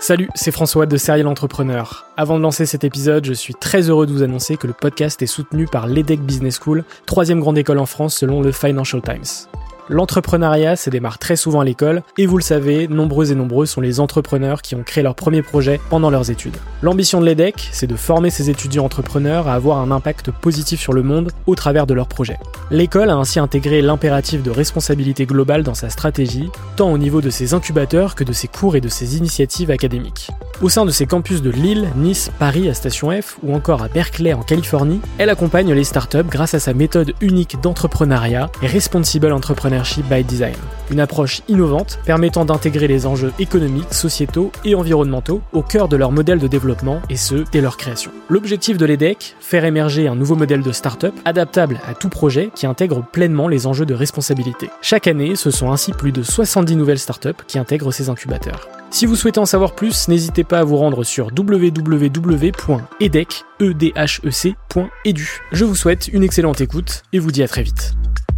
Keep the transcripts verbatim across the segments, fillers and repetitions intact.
Salut, c'est François de Serial Entrepreneur. Avant de lancer cet épisode, je suis très heureux de vous annoncer que le podcast est soutenu par l'E D E C Business School, troisième grande école en France selon le Financial Times. L'entrepreneuriat, ça démarre très souvent à l'école, et vous le savez, nombreux et nombreux sont les entrepreneurs qui ont créé leur premier projet pendant leurs études. L'ambition de l'E D E C, c'est de former ces étudiants entrepreneurs à avoir un impact positif sur le monde au travers de leurs projets. L'école a ainsi intégré l'impératif de responsabilité globale dans sa stratégie, tant au niveau de ses incubateurs que de ses cours et de ses initiatives académiques. Au sein de ses campus de Lille, Nice, Paris à Station F ou encore à Berkeley en Californie, elle accompagne les startups grâce à sa méthode unique d'entrepreneuriat et Responsible Entrepreneurship by Design. Une approche innovante permettant d'intégrer les enjeux économiques, sociétaux et environnementaux au cœur de leur modèle de développement et ce, dès leur création. L'objectif de l'E D E C, faire émerger un nouveau modèle de start-up adaptable à tout projet qui intègre pleinement les enjeux de responsabilité. Chaque année, ce sont ainsi plus de soixante-dix nouvelles startups qui intègrent ces incubateurs. Si vous souhaitez en savoir plus, n'hésitez pas à vous rendre sur w w w point edec point e d u. Je vous souhaite une excellente écoute et vous dis à très vite.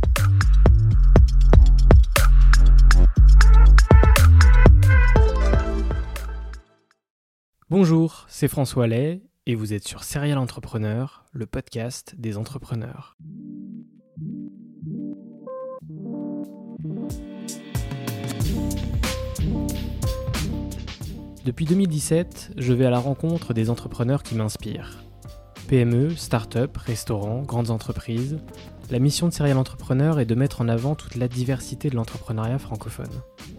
Bonjour, c'est François Lay et vous êtes sur Serial Entrepreneur, le podcast des entrepreneurs. Depuis deux mille dix-sept, je vais à la rencontre des entrepreneurs qui m'inspirent. P M E, start-up, restaurants, grandes entreprises. La mission de Serial Entrepreneur est de mettre en avant toute la diversité de l'entrepreneuriat francophone.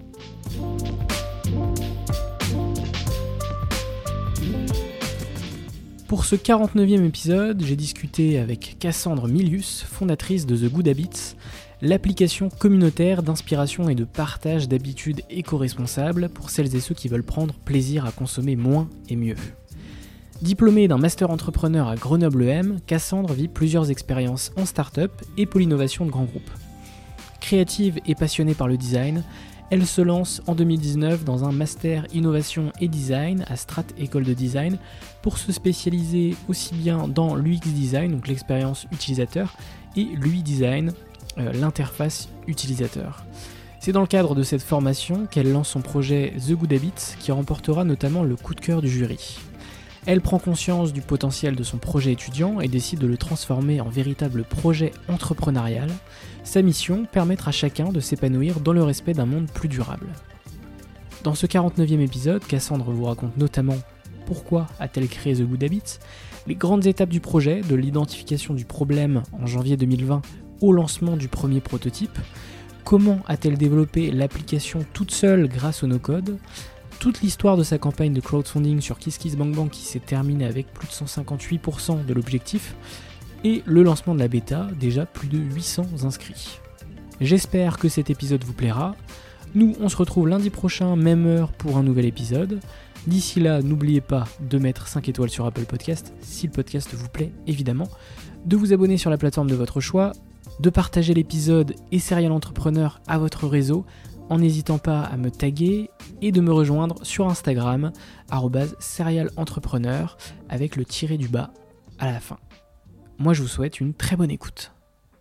Pour ce quarante-neuvième épisode, j'ai discuté avec Cassandre Milius, fondatrice de The Good Habits, l'application communautaire d'inspiration et de partage d'habitudes éco-responsables pour celles et ceux qui veulent prendre plaisir à consommer moins et mieux. Diplômée d'un master entrepreneur à Grenoble E M, Cassandre vit plusieurs expériences en start-up et pour l'innovation de grands groupes. Créative et passionnée par le design, elle se lance en deux mille dix-neuf dans un master innovation et design à Strat École de Design pour se spécialiser aussi bien dans l'U X design, donc l'expérience utilisateur, et l'U I design, euh, l'interface utilisateur. C'est dans le cadre de cette formation qu'elle lance son projet The Good Habits qui remportera notamment le coup de cœur du jury. Elle prend conscience du potentiel de son projet étudiant et décide de le transformer en véritable projet entrepreneurial. Sa mission, permettre à chacun de s'épanouir dans le respect d'un monde plus durable. Dans ce quarante-neuvième épisode, Cassandre vous raconte notamment pourquoi a-t-elle créé The Good Habits, les grandes étapes du projet, de l'identification du problème en janvier deux mille vingt au lancement du premier prototype, comment a-t-elle développé l'application toute seule grâce au no-code, toute l'histoire de sa campagne de crowdfunding sur KissKissBankBank qui s'est terminée avec plus de cent cinquante-huit pour cent de l'objectif, et le lancement de la bêta, déjà plus de huit cents inscrits. J'espère que cet épisode vous plaira. Nous, on se retrouve lundi prochain, même heure, pour un nouvel épisode. D'ici là, n'oubliez pas de mettre cinq étoiles sur Apple Podcast, si le podcast vous plaît, évidemment, de vous abonner sur la plateforme de votre choix, de partager l'épisode et Serial Entrepreneur à votre réseau, en n'hésitant pas à me taguer et de me rejoindre sur Instagram, arobase serial entrepreneur, avec le tiré du bas à la fin. Moi, je vous souhaite une très bonne écoute.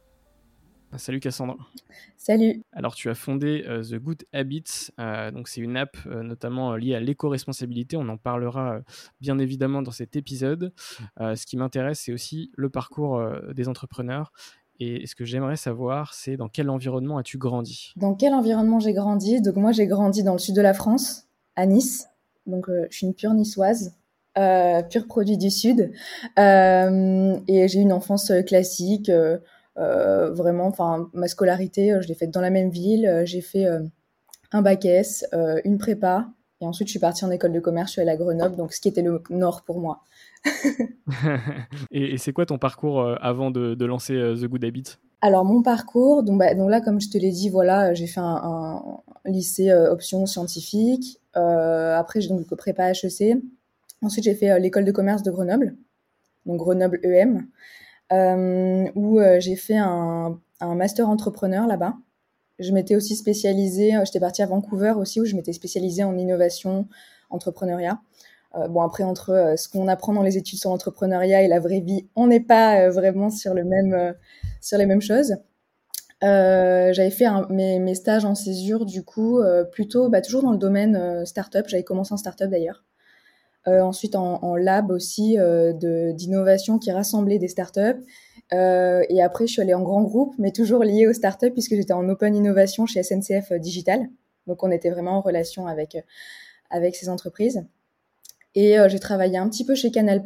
Salut Cassandra. Salut. Alors, tu as fondé euh, The Good Habits, euh, donc c'est une app euh, notamment liée à l'éco-responsabilité. On en parlera euh, bien évidemment dans cet épisode. Euh, ce qui m'intéresse, c'est aussi le parcours euh, des entrepreneurs. Et ce que j'aimerais savoir, c'est dans quel environnement as-tu grandi ? Dans quel environnement j'ai grandi ? Donc moi, j'ai grandi dans le sud de la France, à Nice. Donc euh, je suis une pure niçoise, euh, pur produit du sud. Euh, et j'ai eu une enfance classique, euh, euh, vraiment. Enfin, ma scolarité, je l'ai faite dans la même ville. J'ai fait euh, un bac S, euh, une prépa. Et ensuite, je suis partie en école de commerce, je suis allée à Grenoble, donc ce qui était le nord pour moi. et, et c'est quoi ton parcours euh, avant de, de lancer euh, The Good Habits ? Alors mon parcours, donc, bah, donc là comme je te l'ai dit, voilà, j'ai fait un, un lycée euh, option scientifique. Euh, après j'ai donc prépa H E C. Ensuite j'ai fait euh, l'école de commerce de Grenoble, donc Grenoble E M, euh, où euh, j'ai fait un, un master entrepreneur là-bas. Je m'étais aussi spécialisée, euh, j'étais partie à Vancouver aussi où je m'étais spécialisée en innovation, entrepreneuriat. Euh, bon, après, entre euh, ce qu'on apprend dans les études sur l'entrepreneuriat et la vraie vie, on n'est pas euh, vraiment sur, le même, euh, sur les mêmes choses. Euh, j'avais fait un- mes, mes stages en césure, du coup, euh, plutôt bah, toujours dans le domaine euh, startup. J'avais commencé en startup d'ailleurs. Euh, ensuite, en, en lab aussi euh, de, d'innovation qui rassemblait des startups. Euh, et après, je suis allée en grand groupe, mais toujours liée aux startups puisque j'étais en open innovation chez S N C F Digital. Donc, on était vraiment en relation avec, avec ces entreprises. Et euh, j'ai travaillé un petit peu chez Canal+,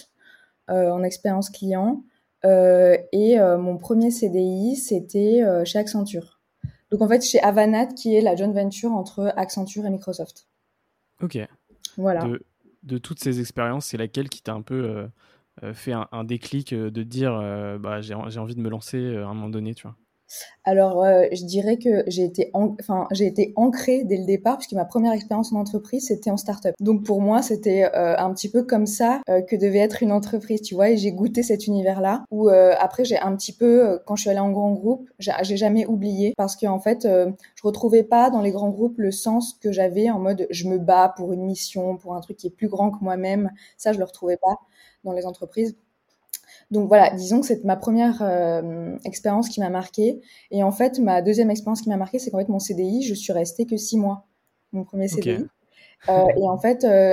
euh, en expérience client. Euh, et euh, mon premier C D I, c'était euh, chez Accenture. Donc en fait, chez Avanade, qui est la joint venture entre Accenture et Microsoft. Ok. Voilà. De, de toutes ces expériences, c'est laquelle qui t'a un peu euh, euh, fait un, un déclic euh, de dire euh, bah, j'ai, j'ai envie de me lancer euh, à un moment donné, tu vois? Alors, euh, je dirais que j'ai été, an- enfin, j'ai été ancrée dès le départ, puisque ma première expérience en entreprise, c'était en start-up. Donc, pour moi, c'était euh, un petit peu comme ça euh, que devait être une entreprise, tu vois, et j'ai goûté cet univers-là, où euh, après, j'ai un petit peu, euh, quand je suis allée en grand groupe, j'ai, j'ai jamais oublié, parce qu'en fait, euh, je retrouvais pas dans les grands groupes le sens que j'avais en mode, je me bats pour une mission, pour un truc qui est plus grand que moi-même. Ça, je le retrouvais pas dans les entreprises. Donc voilà, disons que c'est ma première euh, expérience qui m'a marquée. Et en fait, ma deuxième expérience qui m'a marquée, c'est qu'en fait, mon C D I, je suis restée que six mois, mon premier Ok. C D I. Euh, et en fait, euh,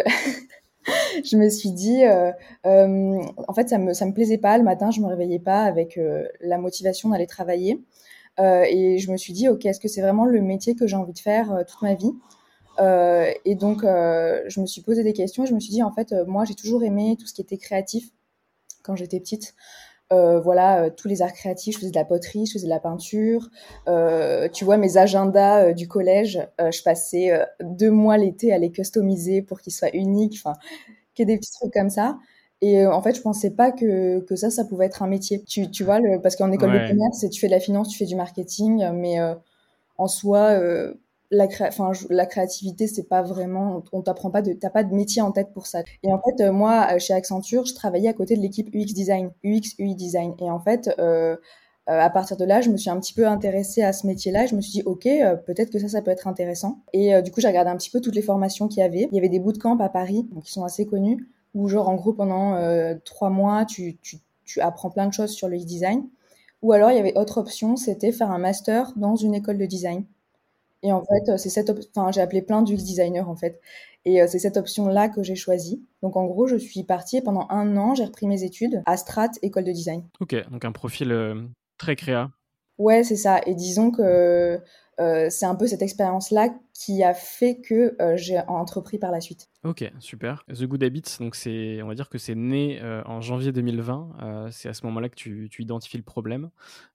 je me suis dit, euh, euh, en fait, ça me, ça me plaisait pas. Le matin, je me réveillais pas avec euh, la motivation d'aller travailler. Euh, et je me suis dit, ok, est-ce que c'est vraiment le métier que j'ai envie de faire euh, toute ma vie? Euh, et donc, euh, je me suis posé des questions et je me suis dit, en fait, euh, moi, j'ai toujours aimé tout ce qui était créatif quand j'étais petite. Euh, voilà, euh, tous les arts créatifs, je faisais de la poterie, je faisais de la peinture. Euh, tu vois, mes agendas euh, du collège, euh, je passais euh, deux mois l'été à les customiser pour qu'ils soient uniques, enfin, que des petits trucs comme ça. Et euh, en fait, je pensais pas que, que ça, ça pouvait être un métier. Tu, tu vois, le, parce qu'en école de Ouais. commerce, tu fais de la finance, tu fais du marketing, mais euh, en soi, euh, la, créa- enfin, je- la créativité, c'est pas vraiment, on t'apprend pas de, t'as pas de métier en tête pour ça. Et en fait, euh, moi, euh, chez Accenture, je travaillais à côté de l'équipe U X design, U X U I design. Et en fait, euh, euh, à partir de là, je me suis un petit peu intéressée à ce métier-là. Et je me suis dit, ok, euh, peut-être que ça, ça peut être intéressant. Et euh, du coup, j'ai regardé un petit peu toutes les formations qu'il y avait. Il y avait des bootcamps à Paris, donc qui sont assez connus, où genre en gros pendant euh, trois mois, tu, tu, tu apprends plein de choses sur le U X design. Ou alors, il y avait autre option, c'était faire un master dans une école de design. Et en fait, euh, c'est cette op- enfin, j'ai appelé plein d'U X designers en fait. Et euh, c'est cette option-là que j'ai choisie. Donc en gros, je suis partie et pendant un an, j'ai repris mes études à Strat, école de design. Ok, donc un profil euh, très créa. Ouais, c'est ça. Et disons que euh, c'est un peu cette expérience-là qui a fait que euh, j'ai entrepris par la suite. Ok, super. The Good Habits, donc c'est, on va dire que c'est né euh, en janvier deux mille vingt. Euh, c'est à ce moment-là que tu, tu identifies le problème.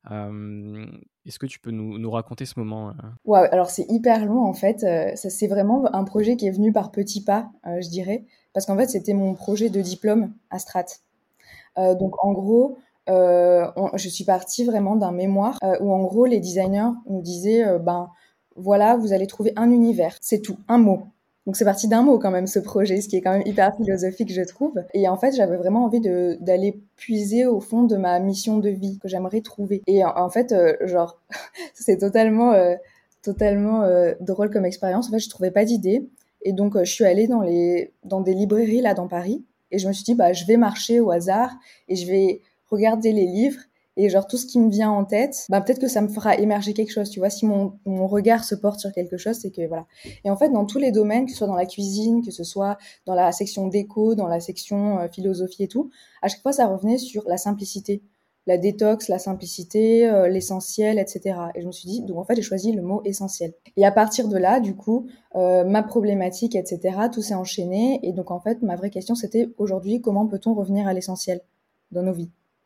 Euh, est-ce que tu peux nous, nous raconter ce moment euh Ouais, alors c'est hyper long en fait. Euh, ça c'est vraiment un projet qui est venu par petits pas, euh, je dirais, parce qu'en fait c'était mon projet de diplôme à Strat. Euh, donc en gros, euh, on- je suis partie vraiment d'un mémoire euh, où en gros les designers nous disaient, euh, ben voilà, vous allez trouver un univers, c'est tout, un mot. Donc c'est parti d'un mot quand même ce projet, ce qui est quand même hyper philosophique je trouve. Et en fait j'avais vraiment envie de d'aller puiser au fond de ma mission de vie que j'aimerais trouver. Et en, en fait euh, genre c'est totalement euh, totalement euh, drôle comme expérience. En fait je trouvais pas d'idée et donc euh, je suis allée dans les dans des librairies là dans Paris et je me suis dit bah je vais marcher au hasard et je vais regarder les livres et genre tout ce qui me vient en tête, bah peut-être que ça me fera émerger quelque chose, tu vois, si mon, mon regard se porte sur quelque chose, c'est que voilà. Et en fait, dans tous les domaines, que ce soit dans la cuisine, que ce soit dans la section déco, dans la section euh, philosophie et tout, à chaque fois ça revenait sur la simplicité, la détox, la simplicité, euh, l'essentiel, et cetera. Et je me suis dit, donc en fait j'ai choisi le mot essentiel. Et à partir de là, du coup, euh, ma problématique, et cetera, tout s'est enchaîné. Et donc en fait, ma vraie question c'était aujourd'hui, comment peut-on revenir à l'essentiel dans nos vies.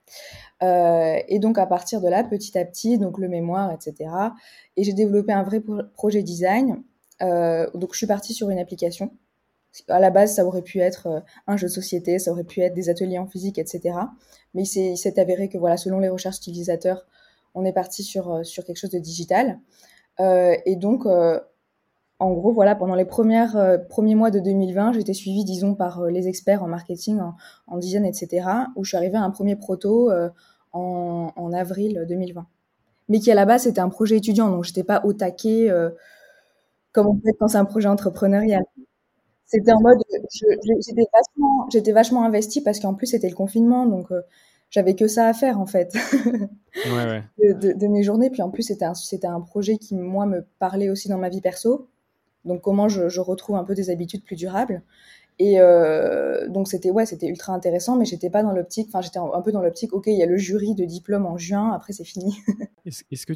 Euh, et donc à partir de là, petit à petit, donc le mémoire, et cetera. Et j'ai développé un vrai pro- projet design. Euh, donc je suis partie sur une application. À la base, ça aurait pu être euh, un jeu de société, ça aurait pu être des ateliers en physique, et cetera. Mais il s'est, il s'est avéré que voilà, selon les recherches utilisateurs, on est parti sur euh, sur quelque chose de digital. Euh, et donc euh, en gros, voilà, pendant les premières, euh, premiers mois de deux mille vingt, j'étais suivie, disons, par euh, les experts en marketing, en, en design, et cetera, où je suis arrivée à un premier proto euh, en, en avril deux mille vingt. Mais qui, à la base, c'était un projet étudiant, donc j'étais pas au taquet, euh, comme on peut être quand c'est un projet entrepreneurial. C'était en mode, je- je- j'étais vachement, j'étais vachement investie parce qu'en plus, c'était le confinement, donc euh, j'avais que ça à faire en fait Ouais, ouais. de, de, de mes journées. Puis en plus, c'était un, c'était un projet qui, moi, me parlait aussi dans ma vie perso. Donc, comment je, je retrouve un peu des habitudes plus durables. Et euh, donc, c'était, ouais, c'était ultra intéressant, mais j'étais pas dans l'optique, enfin, j'étais un peu dans l'optique, ok, il y a le jury de diplôme en juin, après, c'est fini. Est-ce, est-ce que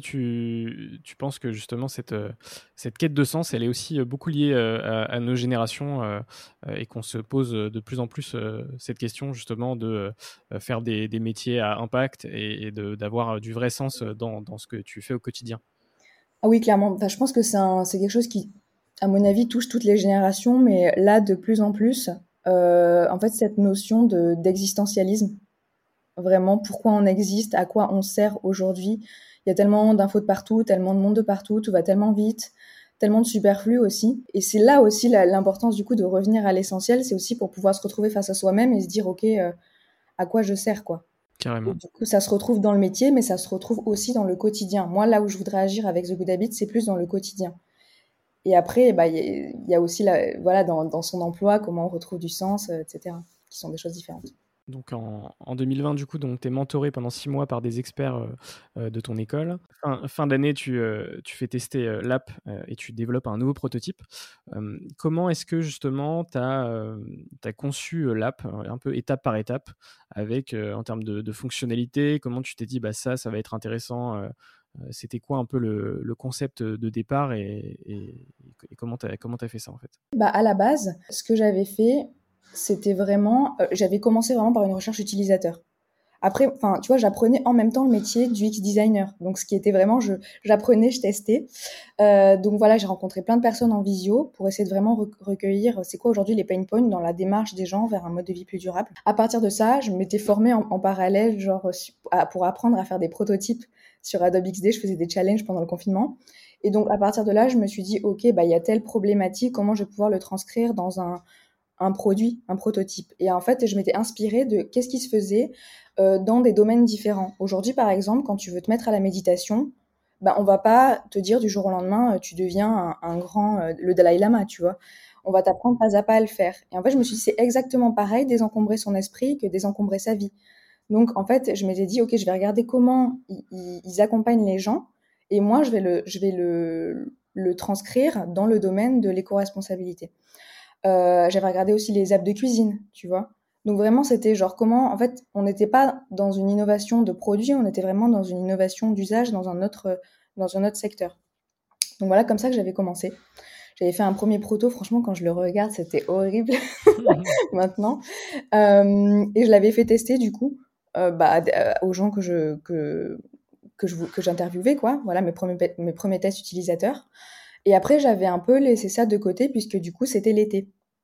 tu, tu penses que justement cette, euh, cette quête de sens, elle est aussi euh, beaucoup liée euh, à, à nos générations euh, euh, et qu'on se pose euh, de plus en plus euh, cette question justement de euh, faire des, des métiers à impact et, et de, d'avoir euh, du vrai sens euh, dans, dans ce que tu fais au quotidien? Ah oui, clairement. Enfin, je pense que c'est un, c'est quelque chose qui, à mon avis, touche toutes les générations, mais là, de plus en plus, euh, en fait, cette notion de, d'existentialisme, vraiment, pourquoi on existe, à quoi on sert aujourd'hui. Il y a tellement d'infos de partout, tellement de monde de partout, tout va tellement vite, tellement de superflu aussi. Et c'est là aussi la- l'importance, du coup, de revenir à l'essentiel. C'est aussi pour pouvoir se retrouver face à soi-même et se dire, OK, euh, à quoi je sers, quoi. Et Carrément. du coup, ça se retrouve dans le métier, mais ça se retrouve aussi dans le quotidien. Moi, là où je voudrais agir avec The Good Habit, c'est plus dans le quotidien. Et après, bah, il y, a- il y a aussi la, voilà, dans, dans son emploi, comment on retrouve du sens, euh, et cetera, qui sont des choses différentes. Donc en, en deux mille vingt, du coup, tu es mentoré pendant six mois par des experts euh, euh, de ton école. Fin, fin d'année, tu, euh, tu fais tester euh, l'app euh, et tu développes un nouveau prototype. Euh, comment est-ce que justement tu as euh, conçu euh, l'app euh, un peu étape par étape avec euh, en termes de, de fonctionnalité? Comment tu t'es dit bah, ça, ça va être intéressant euh, euh, C'était quoi un peu le, le concept de départ et, et, et comment tu as comment t'as fait ça en fait? Bah, à la base, ce que j'avais fait, c'était vraiment, euh, j'avais commencé vraiment par une recherche utilisateur. Après, enfin, tu vois, j'apprenais en même temps le métier du U X designer. Donc, ce qui était vraiment, je, j'apprenais, je testais. Euh, donc voilà, j'ai rencontré plein de personnes en visio pour essayer de vraiment rec- recueillir euh, c'est quoi aujourd'hui les pain points dans la démarche des gens vers un mode de vie plus durable. À partir de ça, je m'étais formée en, en parallèle, genre euh, su- à- pour apprendre à faire des prototypes sur Adobe X D. Je faisais des challenges pendant le confinement. Et donc à partir de là, je me suis dit, ok, bah il y a telle problématique, comment je vais pouvoir le transcrire dans un un produit, un prototype. Et en fait, je m'étais inspirée de qu'est-ce qui se faisait euh, dans des domaines différents. Aujourd'hui, par exemple, quand tu veux te mettre à la méditation, ben, on va pas te dire du jour au lendemain, euh, tu deviens un, un grand, euh, le Dalai Lama, tu vois. On va t'apprendre pas à pas à le faire. Et en fait, je me suis dit, c'est exactement pareil, désencombrer son esprit que désencombrer sa vie. Donc, en fait, je m'étais dit, OK, je vais regarder comment ils, ils- ils accompagnent les gens. Et moi, je vais le, je vais le, le transcrire dans le domaine de l'éco-responsabilité. Euh, j'avais regardé aussi les apps de cuisine, tu vois. Donc vraiment, c'était genre comment, en fait, on n'était pas dans une innovation de produit, on était vraiment dans une innovation d'usage dans un autre, dans un autre secteur. Donc voilà, comme ça que j'avais commencé. J'avais fait un premier proto, franchement, quand je le regarde, c'était horrible maintenant. Euh, et je l'avais fait tester, du coup, euh, bah, euh, aux gens que je, que, que je, que j'interviewais, quoi. Voilà, mes premiers, mes premiers tests utilisateurs. Et après, j'avais un peu laissé ça de côté, puisque du coup, c'était l'été.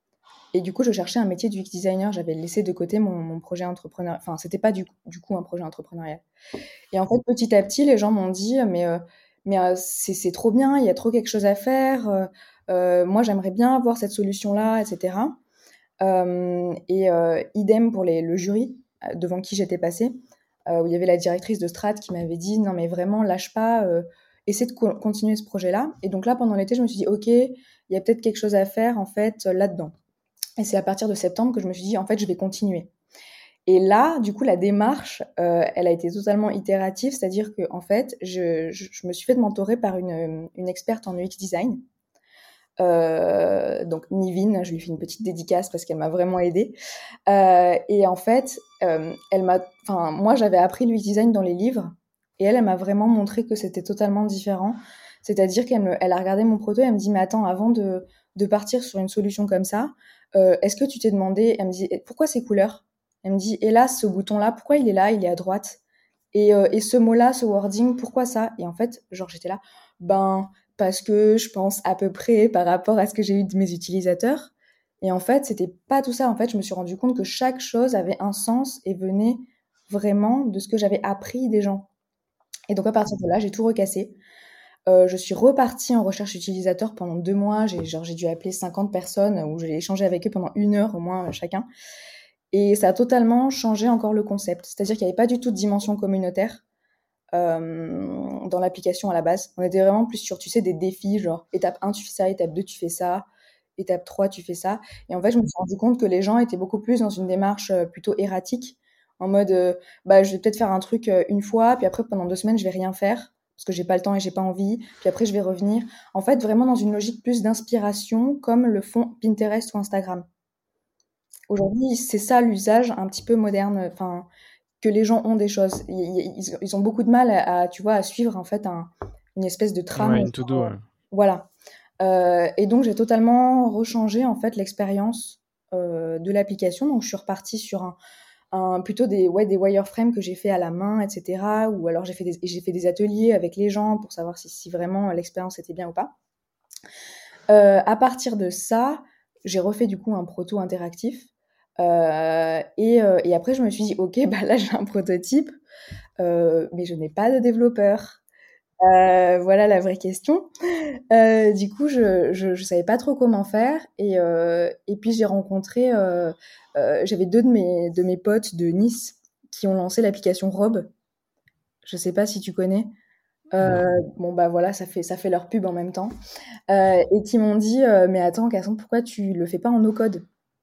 Et du coup, je cherchais un métier du U X designer. J'avais laissé de côté mon, mon projet entrepreneurial. Enfin, c'était pas du, du coup un projet entrepreneurial. Et en fait, petit à petit, les gens m'ont dit, mais, euh, mais euh, c'est, c'est trop bien, il y a trop quelque chose à faire. Euh, euh, moi, j'aimerais bien avoir cette solution-là, et cetera. Euh, et euh, idem pour les, le jury euh, devant qui j'étais passée, euh, où il y avait la directrice de Strat qui m'avait dit, non, mais vraiment, lâche pas, euh, essaie de co- continuer ce projet-là. Et donc là, pendant l'été, je me suis dit, OK, il y a peut-être quelque chose à faire, en fait, là-dedans. Et c'est à partir de septembre que je me suis dit, en fait, je vais continuer. Et là, du coup, la démarche, euh, elle a été totalement itérative, c'est-à-dire que, en fait, je, je, je me suis fait mentorer par une, une experte en U X design. Euh, donc Nivine, je lui fais une petite dédicace parce qu'elle m'a vraiment aidée. Euh, et en fait, euh, elle m'a, enfin, moi, j'avais appris l'U X design dans les livres, et elle, elle m'a vraiment montré que c'était totalement différent. C'est-à-dire qu'elle me, elle a regardé mon proto, et elle me dit, mais attends, avant de, de partir sur une solution comme ça, euh, est-ce que tu t'es demandé, elle me dit, pourquoi ces couleurs? Elle me dit, et là, ce bouton-là, pourquoi il est là, il est à droite? Et, euh, et ce mot-là, ce wording, pourquoi ça? Et en fait, genre, j'étais là, ben, parce que je pense à peu près par rapport à ce que j'ai eu de mes utilisateurs. Et en fait, c'était pas tout ça. En fait, je me suis rendu compte que chaque chose avait un sens et venait vraiment de ce que j'avais appris des gens. Et donc, à partir de là, j'ai tout recassé. Euh, je suis repartie en recherche utilisateur pendant deux mois. J'ai, genre, j'ai dû appeler cinquante personnes où j'ai échangé avec eux pendant une heure au moins euh, chacun. Et ça a totalement changé encore le concept. C'est-à-dire qu'il n'y avait pas du tout de dimension communautaire euh, dans l'application à la base. On était vraiment plus sur, tu sais, des défis, genre étape un, tu fais ça, étape deux, tu fais ça, étape trois, tu fais ça. Et en fait, je me suis rendu compte que les gens étaient beaucoup plus dans une démarche euh, plutôt erratique, En mode, euh, bah, je vais peut-être faire un truc euh, une fois, puis après, pendant deux semaines, je vais rien faire parce que j'ai pas le temps et j'ai pas envie. Puis après, je vais revenir. En fait, vraiment dans une logique plus d'inspiration, comme le font Pinterest ou Instagram. Aujourd'hui, c'est ça l'usage un petit peu moderne, enfin, que les gens ont des choses. Ils, ils- ils ont beaucoup de mal à, à, tu vois, à suivre en fait un- une espèce de trame. Ouais, une to-do. Ouais. Voilà. Euh, et donc, j'ai totalement rechangé en fait l'expérience euh, de l'application. Donc, je suis repartie sur un, un- plutôt des, ouais, des wireframes que j'ai fait à la main, et cetera. Ou alors, j'ai fait des, j'ai fait des ateliers avec les gens pour savoir si, si vraiment l'expérience était bien ou pas. Euh, à partir de ça, j'ai refait du coup un proto interactif. Euh, et, euh, et après, je me suis dit, ok, bah là, j'ai un prototype, euh, mais je n'ai pas de développeur. Euh, voilà la vraie question. Euh, du coup, je, je, je savais pas trop comment faire. Et, euh, et puis, j'ai rencontré, euh, euh, j'avais deux de mes, de mes potes de Nice qui ont lancé l'application Rob. Je sais pas si tu connais. Non. Euh, bon, bah voilà, ça fait, ça fait leur pub en même temps. Euh, et qui m'ont dit, euh, mais attends, Cassandre, pourquoi tu le fais pas en no-code?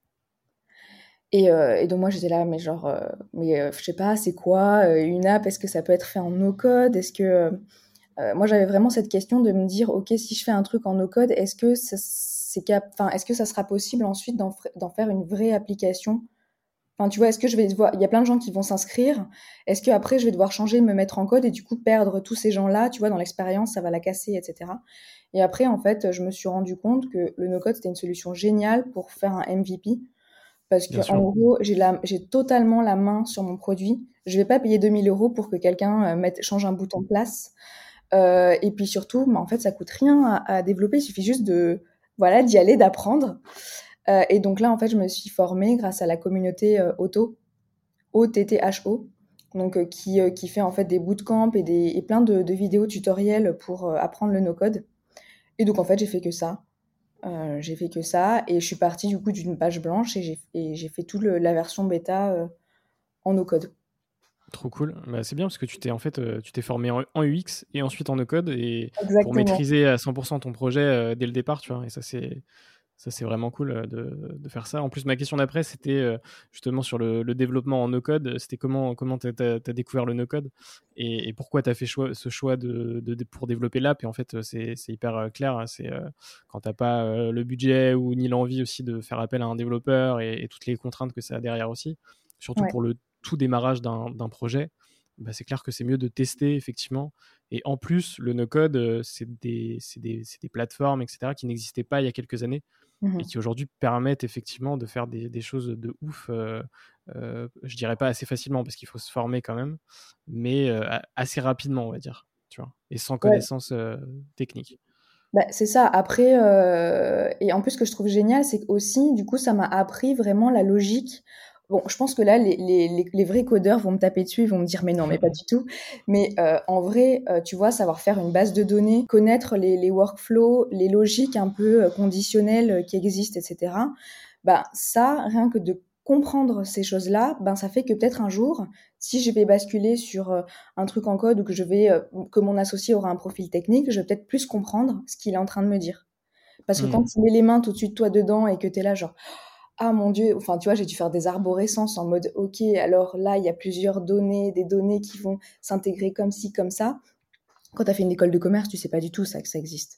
Et, euh, et donc moi j'étais là, mais genre, euh, mais euh, je sais pas, c'est quoi euh, une app? Est-ce que ça peut être fait en no-code? Est-ce que euh, euh, moi j'avais vraiment cette question de me dire, ok, si je fais un truc en no-code, est-ce que ça, c'est cap, enfin, est-ce que ça sera possible ensuite d'en, fr- d'en faire une vraie application? Enfin, tu vois, est-ce que je vais devoir, il y a plein de gens qui vont s'inscrire. Est-ce que après je vais devoir changer, me mettre en code et du coup perdre tous ces gens-là, tu vois, dans l'expérience, ça va la casser, et cetera. Et après, en fait, je me suis rendu compte que le no-code c'était une solution géniale pour faire un M V P. Parce que, Bien en sûr. gros, j'ai la, j'ai totalement la main sur mon produit. Je vais pas payer deux mille euros pour que quelqu'un euh, mette, change un bouton de place. Euh, et puis surtout, bah, en fait, ça coûte rien à, à développer. Il suffit juste de, voilà, d'y aller, d'apprendre. Euh, et donc là, en fait, je me suis formée grâce à la communauté euh, Auto, O T T H O, donc euh, qui, euh, qui fait en fait des bootcamps et, des, et plein de, de vidéos tutoriels pour euh, apprendre le no-code. Et donc, en fait, j'ai fait que ça. Euh, j'ai fait que ça et je suis partie du coup d'une page blanche et j'ai et j'ai fait toute la version bêta euh, en no code. Trop cool. Bah, c'est bien parce que tu t'es en fait euh, tu t'es formé en, en U X et ensuite en no-code et pour Exactement. maîtriser à cent pour cent ton projet euh, dès le départ, tu vois. Et ça c'est ça c'est vraiment cool euh, de, de faire ça. En plus, ma question d'après c'était euh, justement sur le, le développement en no-code. C'était comment comment t'as, t'as, t'as découvert le no-code et, et pourquoi t'as fait choix, ce choix de, de, de- pour développer l'app. Et en fait, c'est, c'est hyper euh, clair. Hein. C'est euh, quand t'as pas euh, le budget ou ni l'envie aussi de faire appel à un développeur et, et toutes les contraintes que ça a derrière aussi. Surtout Ouais. pour le tout démarrage d'un, d'un projet, bah, c'est clair que c'est mieux de tester effectivement. Et en plus, le no-code, euh, c'est des, c'est des, c'est des plateformes, et cetera, qui n'existaient pas il y a quelques années et Mhm. qui aujourd'hui permettent effectivement de faire des, des choses de ouf. Euh, euh, je dirais pas assez facilement parce qu'il faut se former quand même, mais euh, assez rapidement, on va dire, tu vois, et sans Ouais. connaissance euh, technique. Bah, c'est ça. Après, euh, et en plus, ce que je trouve génial, c'est qu'aussi, du coup, ça m'a appris vraiment la logique. Bon, je pense que là, les, les, les, les vrais codeurs vont me taper dessus, ils vont me dire, mais non, mais pas du tout. Mais euh, en vrai, euh, tu vois, savoir faire une base de données, connaître les, les workflows, les logiques un peu euh, conditionnelles euh, qui existent, et cetera. Bah, ça, rien que de comprendre ces choses-là, ben, ça fait que peut-être un jour, si je vais basculer sur euh, un truc en code ou que je vais, euh, que mon associé aura un profil technique, je vais peut-être plus comprendre ce qu'il est en train de me dire. Parce que quand Mm. il met les mains tout de suite toi dedans et que t'es là genre, ah mon Dieu, enfin tu vois, j'ai dû faire des arborescences en mode, ok, alors là, il y a plusieurs données, des données qui vont s'intégrer comme ci, comme ça. Quand t'as fait une école de commerce, tu sais pas du tout ça que ça existe.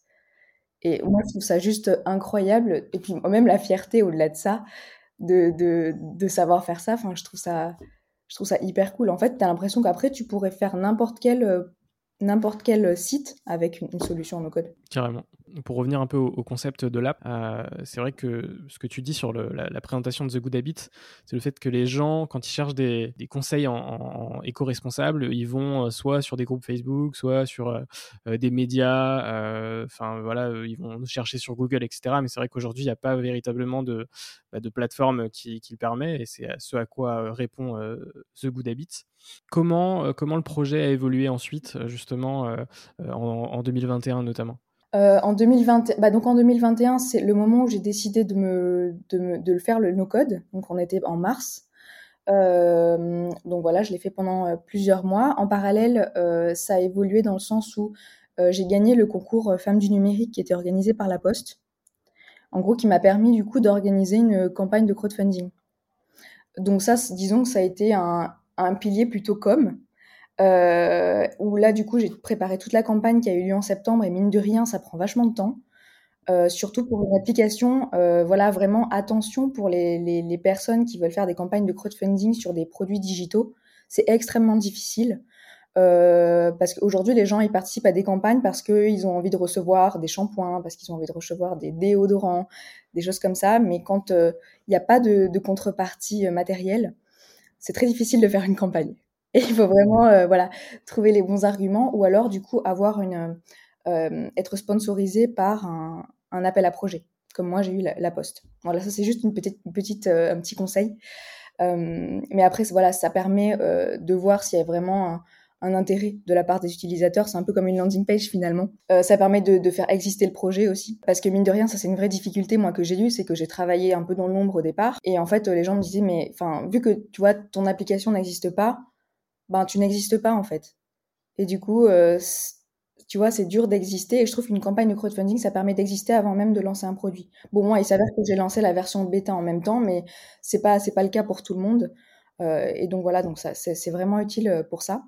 Et moi, je trouve ça juste incroyable. Et puis même la fierté au-delà de ça, de, de, de savoir faire ça, enfin, je trouve ça, je trouve ça hyper cool. En fait, tu as l'impression qu'après, tu pourrais faire n'importe quel, euh, n'importe quel site avec une, une solution en no-code. Carrément. Pour revenir un peu au, au concept de l'app, euh, c'est vrai que ce que tu dis sur le, la, la présentation de The Good Habit, c'est le fait que les gens, quand ils cherchent des, des conseils en, en éco-responsable, ils vont soit sur des groupes Facebook, soit sur euh, des médias, enfin euh, voilà, ils vont chercher sur Google, et cetera. Mais c'est vrai qu'aujourd'hui, il n'y a pas véritablement de, bah, de plateforme qui, qui le permet, et c'est ce à quoi répond euh, The Good Habit. Comment, euh, comment le projet a évolué ensuite, justement, euh, en, en deux mille vingt et un notamment? Euh, en deux mille vingt, bah donc en deux mille vingt et un, c'est le moment où j'ai décidé de me, de me, de le faire le no-code. Donc on était en mars. Euh, donc voilà, je l'ai fait pendant euh, plusieurs mois. En parallèle, euh, ça a évolué dans le sens où euh, j'ai gagné le concours euh, Femmes du numérique qui était organisé par La Poste. En gros, qui m'a permis du coup d'organiser une campagne de crowdfunding. Donc ça, disons que ça a été un, un pilier plutôt com, euh, où là, du coup, j'ai préparé toute la campagne qui a eu lieu en septembre, et mine de rien, ça prend vachement de temps. Euh, surtout pour une application, euh, voilà, vraiment attention pour les, les, les personnes qui veulent faire des campagnes de crowdfunding sur des produits digitaux. C'est extrêmement difficile. Euh, parce qu'aujourd'hui, les gens, ils participent à des campagnes parce qu'ils ont envie de recevoir des shampoings, parce qu'ils ont envie de recevoir des déodorants, des choses comme ça. Mais quand il euh, n'y a pas de, de contrepartie euh, matérielle, c'est très difficile de faire une campagne. Et il faut vraiment, euh, voilà, trouver les bons arguments, ou alors, du coup, avoir une, euh, être sponsorisé par un, un appel à projet, comme moi, j'ai eu la, la Poste. Voilà, ça, c'est juste une petite, une petite, euh, un petit conseil. Euh, mais après, voilà, ça permet euh, de voir s'il y a vraiment un, un intérêt de la part des utilisateurs. C'est un peu comme une landing page finalement. Euh, ça permet de, de faire exister le projet aussi. Parce que mine de rien, ça c'est une vraie difficulté moi que j'ai eue, c'est que j'ai travaillé un peu dans l'ombre au départ. Et en fait, les gens me disaient, mais enfin, vu que tu vois, ton application n'existe pas, ben tu n'existes pas en fait. Et du coup, euh, tu vois, c'est dur d'exister. Et je trouve qu'une campagne de crowdfunding, ça permet d'exister avant même de lancer un produit. Bon, moi, il s'avère que j'ai lancé la version bêta en même temps, mais c'est pas, c'est pas le cas pour tout le monde. Euh, et donc voilà, donc ça, c'est, c'est vraiment utile pour ça.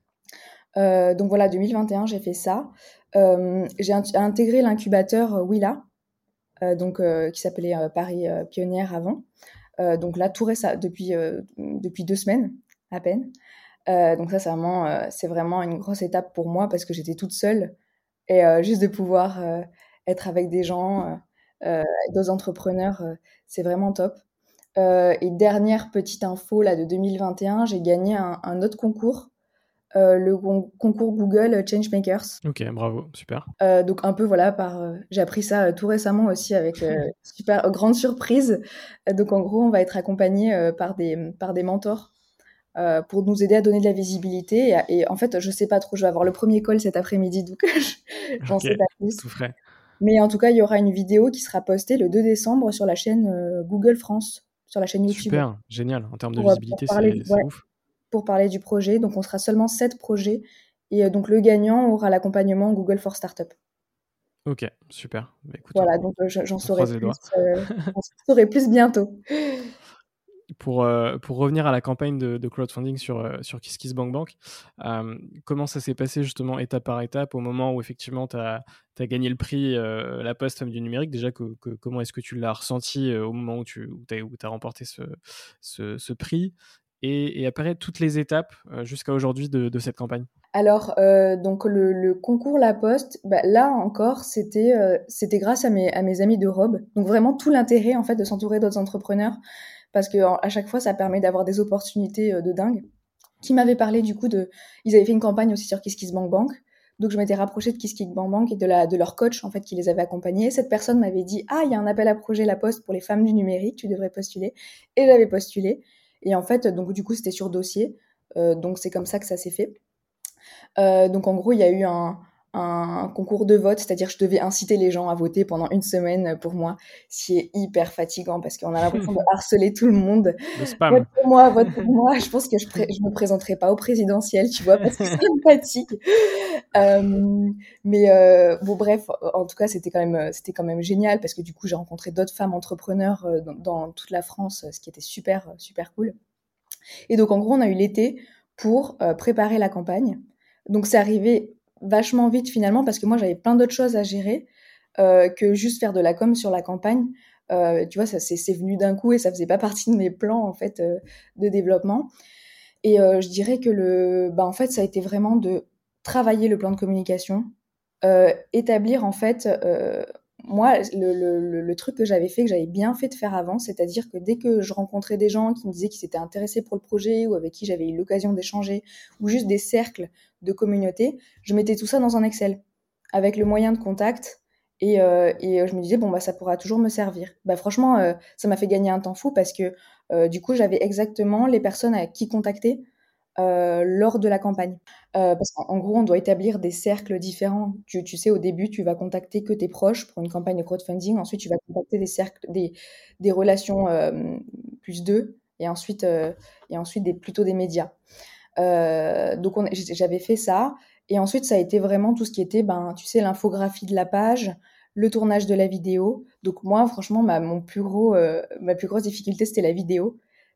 Euh, donc voilà, deux mille vingt et un, j'ai fait ça. Euh, j'ai int- intégré l'incubateur Willa, euh, donc euh, qui s'appelait euh, Paris euh, Pionnière avant. Euh, donc là, tout récemment, depuis euh, depuis deux semaines à peine. Euh, donc ça, c'est vraiment, euh, c'est vraiment une grosse étape pour moi parce que j'étais toute seule et euh, juste de pouvoir euh, être avec des gens, euh, euh, d'autres entrepreneurs, euh, c'est vraiment top. Euh, et dernière petite info là de deux mille vingt et un, j'ai gagné un, un autre concours, euh, le con- concours Google Changemakers. Ok, bravo, super. Euh, donc un peu voilà, par, euh, j'ai appris ça euh, tout récemment aussi avec euh, super euh, grande surprise. Euh, donc en gros, on va être accompagné euh, par des par des mentors euh, pour nous aider à donner de la visibilité. Et, et en fait, je sais pas trop, je vais avoir le premier call cet après-midi, donc j'en Ok, sais pas c'est plus. tout frais. Mais en tout cas, il y aura une vidéo qui sera postée le deux décembre sur la chaîne euh, Google France, sur la chaîne YouTube, Super, génial. En termes de pour, euh, pour visibilité, parler, c'est ouais, c'est ouf. pour parler du projet. Donc, on sera seulement sept projets. Et euh, donc, le gagnant aura l'accompagnement Google for Startup. Ok, super. Bah, écoute, Voilà, on, donc euh, je- j'en on saurai croise les plus, doigts. euh, j'en saurai plus bientôt. Pour, euh, pour revenir à la campagne de, de crowdfunding sur, euh, sur KissKissBankBank, euh, comment ça s'est passé justement étape par étape au moment où effectivement tu as gagné le prix euh, La Poste Femme du numérique? Déjà, que, que, comment est-ce que tu l'as ressenti euh, au moment où tu as remporté ce, ce, ce prix, et, et après toutes les étapes euh, jusqu'à aujourd'hui de, de cette campagne? Alors, euh, donc le, le concours La Poste, bah, là encore, c'était euh, c'était grâce à mes, à mes amis de robe. Donc vraiment tout l'intérêt en fait de s'entourer d'autres entrepreneurs, parce que en- à chaque fois ça permet d'avoir des opportunités euh, de dingue. Qui m'avaient parlé du coup de, ils avaient fait une campagne aussi sur KissKissBankBank. Donc je m'étais rapprochée de KissKissBankBank et de la de leur coach en fait qui les avait accompagnés. Cette personne m'avait dit, ah, il y a un appel à projet La Poste pour les femmes du numérique, tu devrais postuler. Et j'avais postulé. Et en fait, donc du coup c'était sur dossier. Euh, donc c'est comme ça que ça s'est fait. Euh, donc en gros, il y a eu un, un concours de vote, c'est-à-dire que je devais inciter les gens à voter pendant une semaine pour moi, ce qui est hyper fatigant parce qu'on a l'impression de harceler tout le monde. Le Vote spam. pour moi, vote pour moi. Je pense que je, pré- je me présenterai pas au présidentiel, tu vois, parce que ça me fatigue. Euh, mais euh, bon, bref, en tout cas, c'était quand même, c'était quand même génial parce que du coup, j'ai rencontré d'autres femmes entrepreneurs euh, dans, dans toute la France, ce qui était super, super cool. Et donc, en gros, on a eu l'été pour euh, préparer la campagne. Donc, c'est arrivé vachement vite finalement parce que moi, j'avais plein d'autres choses à gérer euh, que juste faire de la com sur la campagne. Euh, tu vois, ça c'est venu d'un coup et ça faisait pas partie de mes plans en fait euh, de développement. Et euh, je dirais que le, bah en fait, ça a été vraiment de travailler le plan de communication, euh, établir en fait, euh, moi, le, le, le truc que j'avais fait, que j'avais bien fait de faire avant, c'est-à-dire que dès que je rencontrais des gens qui me disaient qu'ils s'étaient intéressés pour le projet ou avec qui j'avais eu l'occasion d'échanger, ou juste des cercles de communauté, je mettais tout ça dans un Excel avec le moyen de contact. Et, euh, et je me disais, bon, bah, ça pourra toujours me servir. Bah, franchement, euh, ça m'a fait gagner un temps fou parce que euh, du coup, j'avais exactement les personnes à qui contacter euh, lors de la campagne. Euh, parce qu'en en gros, on doit établir des cercles différents. Tu, tu sais, au début, tu vas contacter que tes proches pour une campagne de crowdfunding. Ensuite, tu vas contacter des cercles, des, des relations euh, plus d'eux, et ensuite, euh, et ensuite des, plutôt des médias. Euh, donc, on- j'avais fait ça. Et ensuite, ça a été vraiment tout ce qui était, ben, tu sais, l'infographie de la page, le tournage de la vidéo. Donc, moi, franchement, ma, mon plus gros, euh, ma plus grosse difficulté, c'était la vidéo.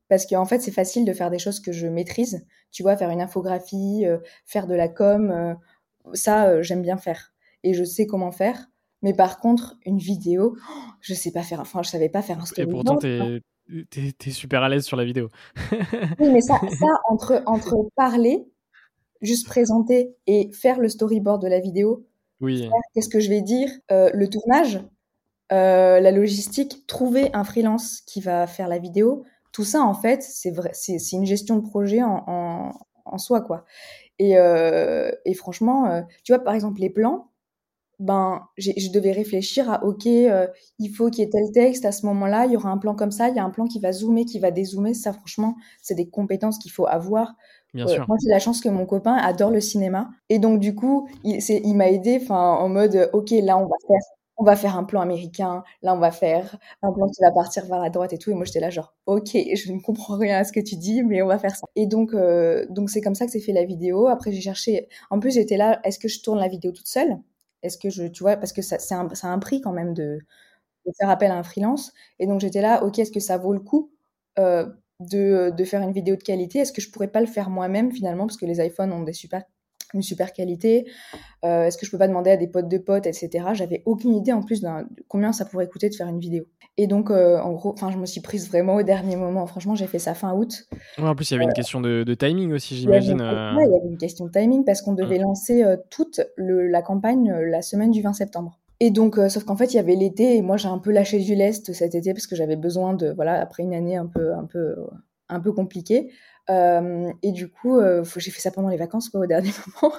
Parce qu'en fait, c'est facile de faire des choses que je maîtrise. Tu vois, faire une infographie, euh, faire de la com, euh, ça, euh, j'aime bien faire. Et je sais comment faire. Mais par contre, une vidéo, oh, je sais pas faire. Enfin, je savais pas faire un Et pourtant, storyboard. t'es, t'es, t'es super à l'aise sur la vidéo. Oui, mais ça, ça entre, entre parler, juste présenter et faire le storyboard de la vidéo, Oui, faire qu'est-ce que je vais dire, euh, le tournage, euh, la logistique, trouver un freelance qui va faire la vidéo, tout ça, en fait, c'est vrai, c'est, c'est une gestion de projet en, en, en soi, quoi. Et, euh, et franchement, euh, tu vois, par exemple, les plans, ben, j'ai, je devais réfléchir à, OK, euh, il faut qu'il y ait tel texte à ce moment-là, il y aura un plan comme ça, il y a un plan qui va zoomer, qui va dézoomer. Ça, franchement, c'est des compétences qu'il faut avoir. bien Euh, sûr. moi, j'ai la chance que mon copain adore le cinéma. Et donc, du coup, il, c'est, il m'a aidé, enfin, en mode, euh, OK, là, on va faire, on va faire un plan américain. Là, on va faire un plan qui va partir vers la droite et tout. Et moi, j'étais là, genre, OK, je ne comprends rien à ce que tu dis, mais on va faire ça. Et donc, euh, donc c'est comme ça que s'est fait la vidéo. Après, j'ai cherché, en plus, j'étais là, est-ce que je tourne la vidéo toute seule? Est-ce que je, tu vois, parce que ça, c'est un, ça a un prix quand même de, de faire appel à un freelance. Et donc j'étais là, ok, est-ce que ça vaut le coup euh, de, de faire une vidéo de qualité? Est-ce que je pourrais pas le faire moi-même finalement, parce que les iPhones ont des super, une super qualité. Euh, est-ce que je peux pas demander à des potes de potes, et cetera. J'avais aucune idée en plus d'un, de combien ça pourrait coûter de faire une vidéo. Et donc euh, en gros, enfin je me suis prise vraiment au dernier moment. Franchement, j'ai fait ça fin août. Ouais, en plus, il y avait une question de, de timing aussi, Il y avait j'imagine. une, euh. ouais, il y avait une question de timing parce qu'on Mm. devait lancer euh, toute le, la campagne euh, la semaine du vingt septembre. Et donc, euh, sauf qu'en fait, il y avait l'été et moi, j'ai un peu lâché du lest cet été parce que j'avais besoin de, voilà, après une année un peu, un peu, un peu compliquée. Euh, et du coup, euh, faut- j'ai fait ça pendant les vacances, quoi, au dernier moment.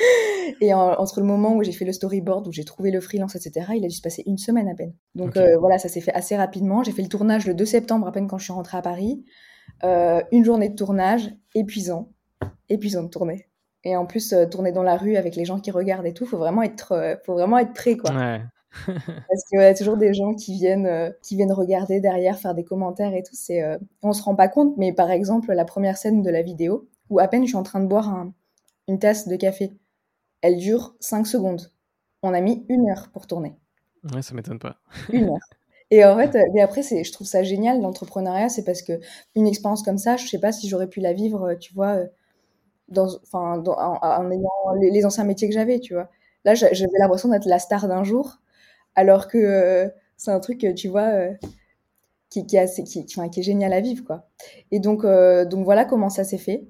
Et en- entre le moment où j'ai fait le storyboard, où j'ai trouvé le freelance, et cetera, il a dû se passer une semaine à peine. Donc Ok. euh, voilà, ça s'est fait assez rapidement. J'ai fait le tournage le deux septembre, à peine quand je suis rentrée à Paris. Euh, une journée de tournage, épuisant, épuisant de tourner. Et en plus, euh, tourner dans la rue avec les gens qui regardent et tout, faut vraiment être, euh, faut vraiment être prêt, quoi. Ouais. Parce qu'il y a toujours des gens qui viennent, euh, qui viennent regarder derrière, faire des commentaires et tout. C'est, euh, on se rend pas compte, mais par exemple, la première scène de la vidéo, où à peine je suis en train de boire un- une tasse de café, elle dure cinq secondes. On a mis une heure pour tourner. Ouais, ça m'étonne pas. Une heure. Et en fait, euh, mais après, c'est, je trouve ça génial, l'entrepreneuriat, c'est parce que une expérience comme ça, je sais pas si j'aurais pu la vivre, euh, tu vois, euh, dans, enfin, dans, en, en ayant les, les anciens métiers que j'avais, tu vois. Là, j'a- j'avais l'impression d'être la star d'un jour, alors que euh, c'est un truc, euh, tu vois, euh, qui, qui, est assez, qui, qui, enfin, qui est génial à vivre, quoi. Et donc, euh, donc voilà comment ça s'est fait.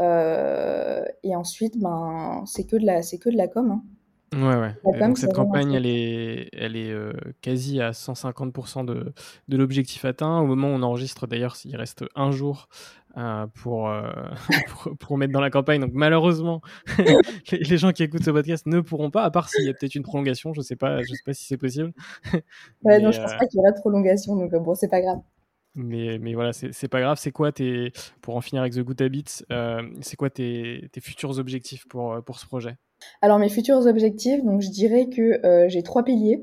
Euh, et ensuite, ben, c'est que de la, c'est que de la com, hein. Ouais, ouais. La Et com, donc c'est cette vraiment campagne, ça. elle est, elle est euh, quasi à cent cinquante pour cent de, de l'objectif atteint. Au moment où on enregistre, d'ailleurs, il reste un jour euh, pour, euh, pour, pour mettre dans la campagne. Donc malheureusement, les, les gens qui écoutent ce podcast ne pourront pas, à part s'il y a peut-être une prolongation. Je sais pas, je sais pas si c'est possible. Ouais, non, Mais, je pense euh, pas qu'il y aura de prolongation, donc euh, bon, c'est pas grave. mais, mais voilà, c'est c'est pas grave. C'est quoi tes, pour en finir avec The Good Habits, euh, c'est quoi tes, tes futurs objectifs pour, euh, pour ce projet? Alors, mes futurs objectifs, donc je dirais que euh, j'ai trois piliers.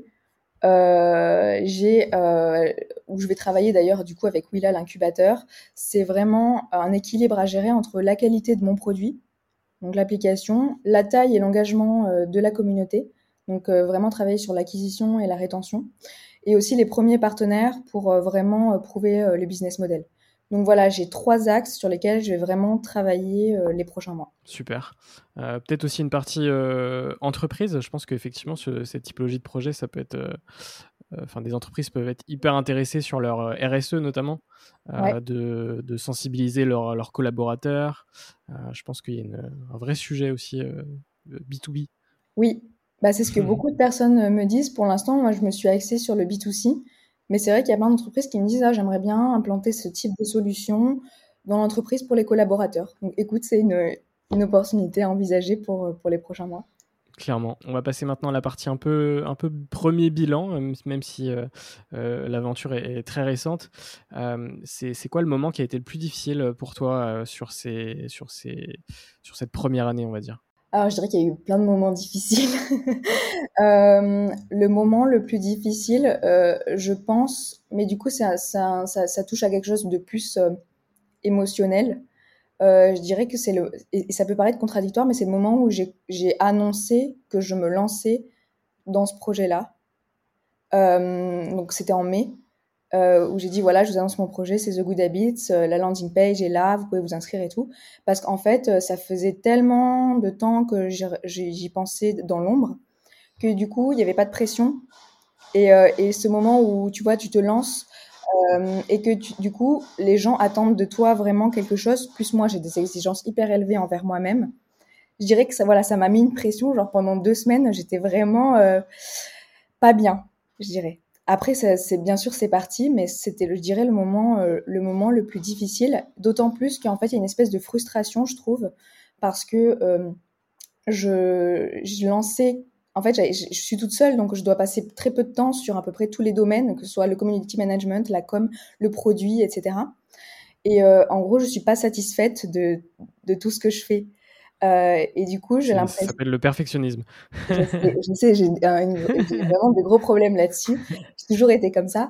Euh, j'ai euh, où je vais travailler d'ailleurs du coup avec Willa l'incubateur. C'est vraiment un équilibre à gérer entre la qualité de mon produit, donc l'application, la taille et l'engagement euh, de la communauté. Donc euh, vraiment travailler sur l'acquisition et la rétention, et aussi les premiers partenaires pour euh, vraiment euh, prouver euh, le business model. Donc voilà, j'ai trois axes sur lesquels je vais vraiment travailler euh, les prochains mois. Super. Euh, peut-être aussi une partie euh, entreprise. Je pense qu'effectivement, ce- cette typologie de projet, ça peut être. euh, euh, Enfin, des entreprises peuvent être hyper intéressées sur leur euh, R S E notamment, Ouais. euh, de, de sensibiliser leurs leurs collaborateurs. Euh, je pense qu'il y a une- un vrai sujet aussi euh, B deux B. Oui, bah, c'est ce que beaucoup de personnes euh, me disent. Pour l'instant, moi, je me suis axée sur le B deux C, mais c'est vrai qu'il y a plein d'entreprises qui me disent, ah, j'aimerais bien implanter ce type de solution dans l'entreprise pour les collaborateurs. Donc, écoute, c'est une, une opportunité à envisager pour, euh, pour les prochains mois. Clairement. On va passer maintenant à la partie un peu, un peu premier bilan, même, même si euh, euh, l'aventure est, est très récente. Euh, c'est, c'est quoi le moment qui a été le plus difficile pour toi euh, sur, ces, sur, ces, sur cette première année, on va dire? Alors, je dirais qu'il y a eu plein de moments difficiles. Euh, le moment le plus difficile, euh, je pense, mais du coup, ça, ça, ça, ça touche à quelque chose de plus euh, émotionnel. Euh, je dirais que c'est le, et ça peut paraître contradictoire, mais c'est le moment où j'ai, j'ai annoncé que je me lançais dans ce projet-là. Euh, donc c'était en mai. euh, où j'ai dit voilà, je vous annonce mon projet, c'est The Good Habits, euh, la landing page est là, vous pouvez vous inscrire et tout. Parce qu'en fait, euh, ça faisait tellement de temps que j'y, j'y pensais dans l'ombre que du coup, il n'y avait pas de pression. Et, euh, et ce moment où tu vois, tu te lances euh, et que tu, du coup, les gens attendent de toi vraiment quelque chose. Plus moi, j'ai des exigences hyper élevées envers moi-même. Je dirais que ça, voilà, ça m'a mis une pression. Genre pendant deux semaines, j'étais vraiment euh, pas bien, je dirais. Après, ça, c'est bien sûr c'est parti, mais c'était, je dirais, le moment, euh, le moment le plus difficile. D'autant plus qu'en fait, il y a une espèce de frustration, je trouve, parce que euh, je, je lançais. En fait, je suis toute seule, donc je dois passer très peu de temps sur à peu près tous les domaines, que ce soit le community management, la com, le produit, et cetera. Et euh, en gros, je suis pas satisfaite de, de tout ce que je fais. Euh, et du coup, j'ai C'est, ça l'impression. s'appelle le perfectionnisme. Je sais, je sais, j'ai, un- une- j'ai vraiment de gros problèmes là-dessus. J'ai toujours été comme ça,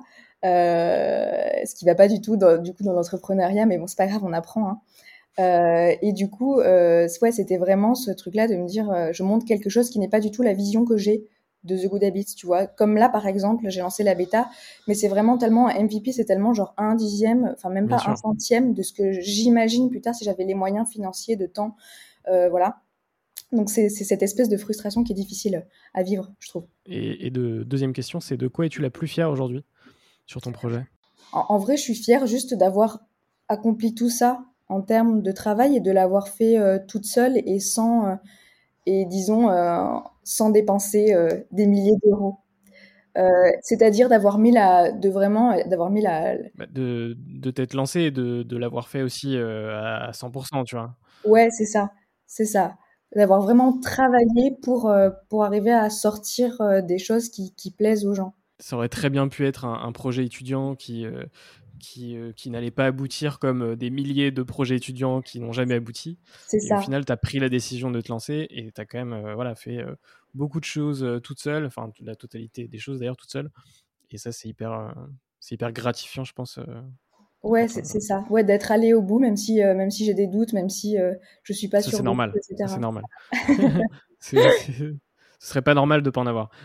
euh, ce qui va pas du tout dans, du coup dans l'entrepreneuriat, mais bon, c'est pas grave, on apprend. Hein. Euh, et du coup, euh, ouais, c'était vraiment ce truc-là de me dire, euh, je montre quelque chose qui n'est pas du tout la vision que j'ai de The Good Habits, tu vois. Comme là, par exemple, j'ai lancé la bêta, mais c'est vraiment tellement, M V P, c'est tellement genre un dixième, enfin même Bien pas un sûr. centième de ce que j'imagine plus tard si j'avais les moyens financiers, de temps, euh, voilà. Donc c'est, c'est cette espèce de frustration qui est difficile à vivre, je trouve. Et, et de, deuxième question, c'est de quoi es-tu la plus fière aujourd'hui sur ton projet? En, en vrai, je suis fière juste d'avoir accompli tout ça en termes de travail et de l'avoir fait euh, toute seule et sans, euh, et disons, euh, sans dépenser euh, des milliers d'euros. Euh, c'est-à-dire d'avoir mis la, de vraiment, d'avoir mis la, Bah, de, de t'être lancé et de, de l'avoir fait aussi euh, à cent pour cent, tu vois. ouais, c'est ça, c'est ça, d'avoir vraiment travaillé pour euh, pour arriver à sortir euh, des choses qui, qui plaisent aux gens. Ça aurait très bien pu être un, un projet étudiant qui, euh, qui, euh, qui n'allait pas aboutir comme euh, des milliers de projets étudiants qui n'ont jamais abouti. C'est Et au ça. final, tu as pris la décision de te lancer et tu as quand même euh, voilà, fait euh, beaucoup de choses euh, toute seule, enfin la totalité des choses d'ailleurs toute seule. Et ça, c'est hyper, euh, c'est hyper gratifiant, je pense. euh, Ouais, quand, c'est euh, c'est ça. Ouais, d'être allé au bout, même si euh, même si j'ai des doutes, même si euh, je suis pas Ça, sûre c'est de tout, normal. Ça, c'est et cetera. normal. c'est, c'est... Ce serait pas normal de pas en avoir.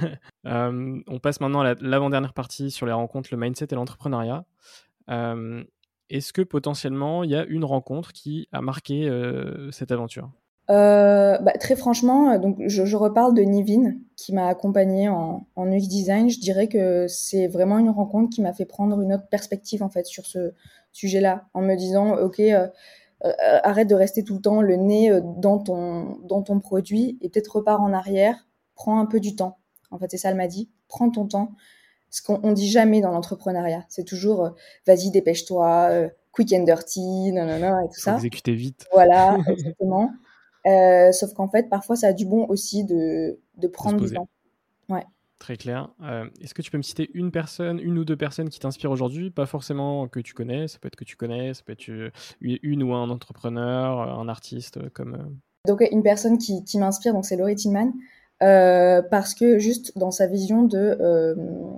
euh, on passe maintenant à la, l'avant-dernière partie sur les rencontres, le mindset et l'entrepreneuriat. Euh, est-ce que potentiellement il y a une rencontre qui a marqué euh, cette aventure? Euh, bah, très franchement, euh, donc je, je reparle de Nivin qui m'a accompagnée en, en U X design. Je dirais que c'est vraiment une rencontre qui m'a fait prendre une autre perspective en fait sur ce sujet-là, en me disant ok, euh, euh, arrête de rester tout le temps le nez euh, dans ton dans ton produit et peut-être repars en arrière, prends un peu du temps. En fait, c'est ça, elle m'a dit, prends ton temps. Ce qu'on on dit jamais dans l'entrepreneuriat, c'est toujours euh, vas-y, dépêche-toi, euh, quick and dirty, nanana et tout Il faut ça. exécuter vite. Voilà, exactement. Euh, sauf qu'en fait, parfois, ça a du bon aussi de, de De se prendre du poser. temps. Ouais. Très clair. Euh, est-ce que tu peux me citer une personne, une ou deux personnes qui t'inspirent aujourd'hui? Pas forcément que tu connais, ça peut être que tu connais, ça peut être euh, une ou un entrepreneur, un artiste euh, comme... euh, Donc, une personne qui, qui m'inspire, donc c'est Laurie Tillman, euh, parce que juste dans sa vision de euh,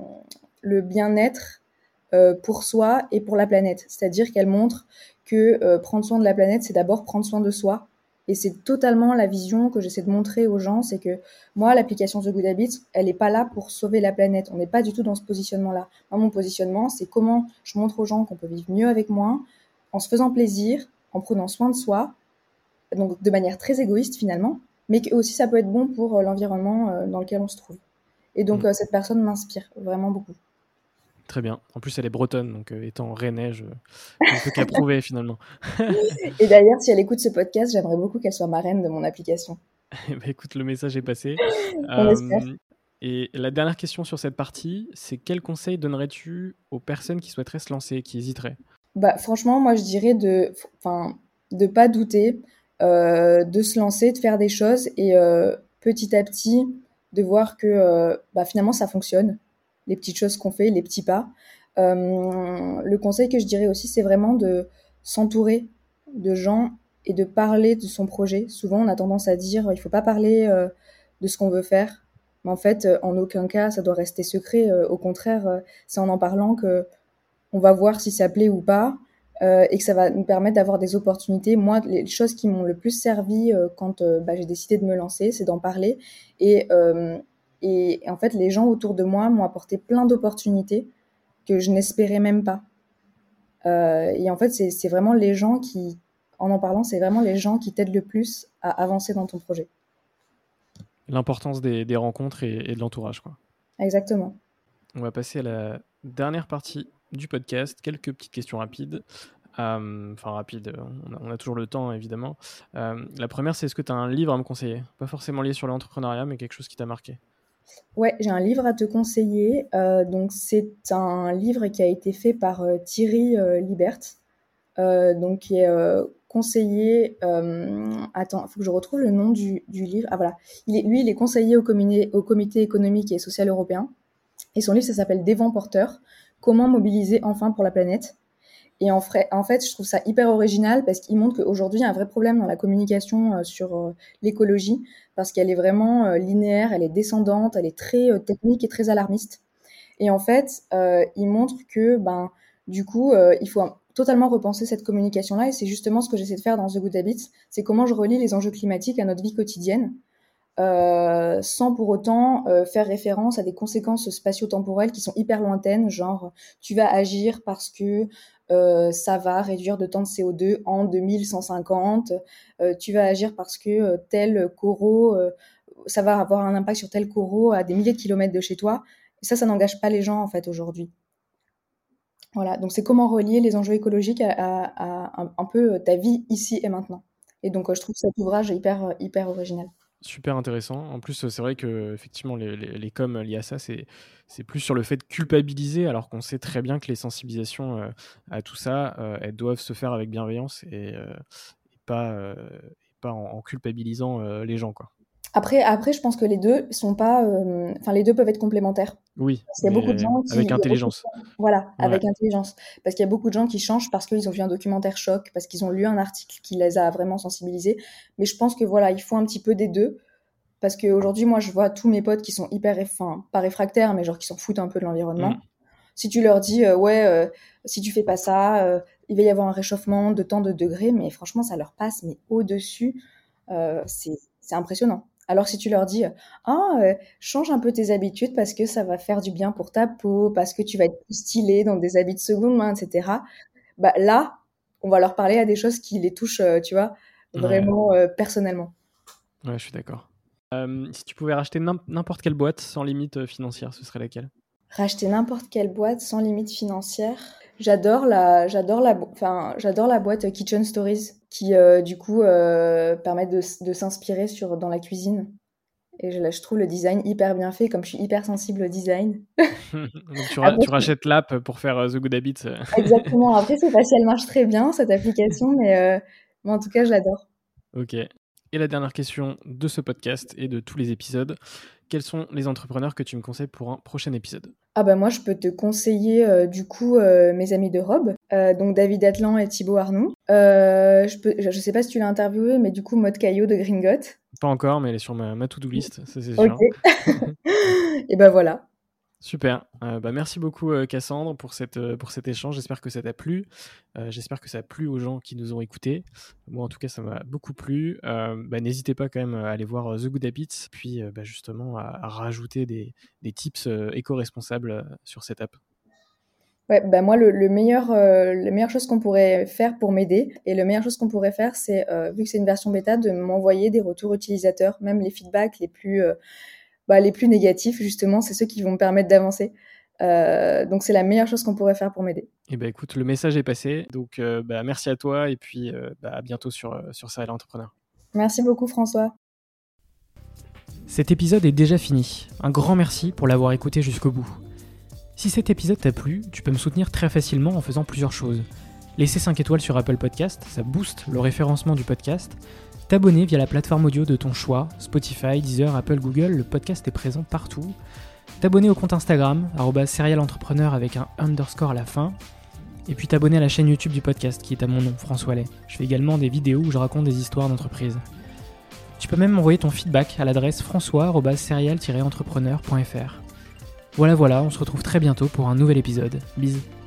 le bien-être euh, pour soi et pour la planète. C'est-à-dire qu'elle montre que euh, prendre soin de la planète, c'est d'abord prendre soin de soi. Et c'est totalement la vision que j'essaie de montrer aux gens, c'est que moi, l'application The Good Habits, elle n'est pas là pour sauver la planète. On n'est pas du tout dans ce positionnement-là. Moi, mon positionnement, c'est comment je montre aux gens qu'on peut vivre mieux avec moins, en se faisant plaisir, en prenant soin de soi, donc de manière très égoïste finalement, mais que aussi ça peut être bon pour euh, l'environnement euh, dans lequel on se trouve. Et donc hmm, euh, cette personne m'inspire vraiment beaucoup. très bien. En plus, elle est bretonne, donc euh, étant rennais, je, je ne peux qu'approuver finalement. Et d'ailleurs, si elle écoute ce podcast, j'aimerais beaucoup qu'elle soit marraine de mon application. Eh ben, écoute, le message est passé. On espère. Euh, et la dernière question sur cette partie, c'est quel conseil donnerais-tu aux personnes qui souhaiteraient se lancer, qui hésiteraient? Bah, franchement, moi, je dirais de, enfin, de pas douter, euh, de se lancer, de faire des choses et euh, petit à petit de voir que euh, bah, finalement ça fonctionne, les petites choses qu'on fait, les petits pas. Euh, le conseil que je dirais aussi, c'est vraiment de s'entourer de gens et de parler de son projet. Souvent, on a tendance à dire, il faut pas parler euh, de ce qu'on veut faire, mais en fait, euh, en aucun cas, ça doit rester secret. Euh, au contraire, euh, c'est en en parlant que on va voir si ça plaît ou pas, euh, et que ça va nous permettre d'avoir des opportunités. Moi, les choses qui m'ont le plus servi euh, quand euh, bah, j'ai décidé de me lancer, c'est d'en parler. Et, euh, et, et en fait, les gens autour de moi m'ont apporté plein d'opportunités que je n'espérais même pas. Euh, et en fait, c'est, c'est vraiment les gens qui, en en parlant, c'est vraiment les gens qui t'aident le plus à avancer dans ton projet. L'importance des, des rencontres et, et de l'entourage, quoi. Exactement. On va passer à la dernière partie du podcast. Quelques petites questions rapides. Euh, enfin, rapides, on a, on a toujours le temps, évidemment. Euh, la première, c'est est-ce que tu as un livre à me conseiller ? Pas forcément lié sur l'entrepreneuriat, mais quelque chose qui t'a marqué. Ouais, j'ai un livre à te conseiller. Euh, donc, c'est un livre qui a été fait par euh, Thierry euh, Libert, euh, donc qui est euh, conseiller. Euh, attends, il faut que je retrouve le nom du, du livre. Ah voilà, il est, lui, il est conseiller au comité, au comité économique et social européen. Et son livre, ça s'appelle Des vents porteurs. Comment mobiliser enfin pour la planète. Et en, frais, en fait, je trouve ça hyper original parce qu'il montre qu'aujourd'hui, il y a un vrai problème dans la communication euh, sur euh, l'écologie parce qu'elle est vraiment euh, linéaire, elle est descendante, elle est très euh, technique et très alarmiste. Et en fait, euh, il montre que, ben, du coup, euh, il faut totalement repenser cette communication-là. Et c'est justement ce que j'essaie de faire dans The Good Habits. C'est comment je relie les enjeux climatiques à notre vie quotidienne. Euh, sans pour autant euh, faire référence à des conséquences spatio-temporelles qui sont hyper lointaines, genre tu vas agir parce que euh, ça va réduire de tant de C O deux en deux mille cent cinquante, euh, tu vas agir parce que euh, tel coraux, euh, ça va avoir un impact sur tel coraux à des milliers de kilomètres de chez toi. Et ça, ça n'engage pas les gens en fait aujourd'hui. Voilà, donc c'est comment relier les enjeux écologiques à, à, à un, un peu ta vie ici et maintenant. Et donc euh, je trouve cet ouvrage hyper, hyper original. Super intéressant. En plus, c'est vrai que effectivement, les, les, les coms liés à ça, c'est, c'est plus sur le fait de culpabiliser, alors qu'on sait très bien que les sensibilisations euh, à tout ça, euh, elles doivent se faire avec bienveillance et, euh, et pas, euh, et pas en, en culpabilisant euh, les gens, quoi. Après, après, je pense que les deux sont pas, euh, enfin, les deux peuvent être complémentaires. Oui, Parce qu'il y a beaucoup de gens qui, avec il y a beaucoup de intelligence. gens- voilà, Ouais. avec intelligence. Parce qu'il y a beaucoup de gens qui changent parce qu'ils ont vu un documentaire choc, parce qu'ils ont lu un article qui les a vraiment sensibilisés. Mais je pense que voilà, il faut un petit peu des deux. Parce qu'aujourd'hui, moi, je vois tous mes potes qui sont hyper, enfin, pas réfractaires, mais genre qui s'en foutent un peu de l'environnement. Mm. Si tu leur dis, euh, ouais, euh, si tu fais pas ça, euh, il va y avoir un réchauffement de tant de degrés, mais franchement, ça leur passe, mais au-dessus, euh, c'est, c'est impressionnant. Alors si tu leur dis, ah, euh, change un peu tes habitudes parce que ça va faire du bien pour ta peau, parce que tu vas être plus stylé dans des habits de seconde main, et cetera. Bah là, on va leur parler à des choses qui les touchent, euh, tu vois, vraiment Ouais. euh, personnellement. Ouais, je suis d'accord. Euh, si tu pouvais racheter n'importe quelle boîte sans limite euh, financière, ce serait laquelle ? Racheter n'importe quelle boîte sans limite financière. J'adore la, j'adore la, enfin, j'adore la boîte Kitchen Stories qui, euh, du coup, euh, permet de, de s'inspirer sur dans la cuisine. Et je, je trouve le design hyper bien fait, comme je suis hyper sensible au design. Donc tu, ra- Après, tu rachètes l'app pour faire uh, The Good Habits. exactement. Après, c'est pas si elle marche très bien cette application, mais, euh, mais en tout cas, je l'adore. Ok. Et la dernière question de ce podcast et de tous les épisodes, quels sont les entrepreneurs que tu me conseilles pour un prochain épisode ? Ah bah moi, je peux te conseiller euh, du coup euh, mes amis de Rob, euh, donc David Atlan et Thibaut Arnoux. Euh, je, peux, je sais pas si tu l'as interviewé, mais du coup Maud Caillot de Gringot. Pas encore, mais elle est sur ma, ma to-do list, ça c'est Ok. sûr. Et ben voilà. Super. Euh, bah, merci beaucoup euh, Cassandre pour, cette, euh, pour cet échange. J'espère que ça t'a plu. Euh, j'espère que ça a plu aux gens qui nous ont écoutés. Moi en tout cas ça m'a beaucoup plu. Euh, bah, n'hésitez pas quand même à aller voir euh, The Good Habits, puis euh, bah, justement à, à rajouter des, des tips euh, éco-responsables euh, sur cette app. Ouais, bah moi le, le meilleur, euh, la meilleure chose qu'on pourrait faire pour m'aider et la meilleure chose qu'on pourrait faire, c'est euh, vu que c'est une version bêta, de m'envoyer des retours utilisateurs, même les feedbacks les plus euh, Bah, les plus négatifs, justement, c'est ceux qui vont me permettre d'avancer. Euh, donc, c'est la meilleure chose qu'on pourrait faire pour m'aider. Eh ben, écoute, le message est passé. Donc, euh, bah, merci à toi et puis euh, bah, à bientôt sur, euh, sur Serial Entrepreneur. Merci beaucoup, François. Cet épisode est déjà fini. Un grand merci pour l'avoir écouté jusqu'au bout. Si cet épisode t'a plu, tu peux me soutenir très facilement en faisant plusieurs choses. Laisser cinq étoiles sur Apple Podcast, ça booste le référencement du podcast. T'abonner via la plateforme audio de ton choix, Spotify, Deezer, Apple, Google, le podcast est présent partout. T'abonner au compte Instagram, arobase serial entrepreneur avec un underscore à la fin. Et puis t'abonner à la chaîne YouTube du podcast qui est à mon nom, François Lay. Je fais également des vidéos où je raconte des histoires d'entreprise. Tu peux même m'envoyer ton feedback à l'adresse françois arobase serial entrepreneur point f r. Voilà voilà, on se retrouve très bientôt pour un nouvel épisode. Bisous.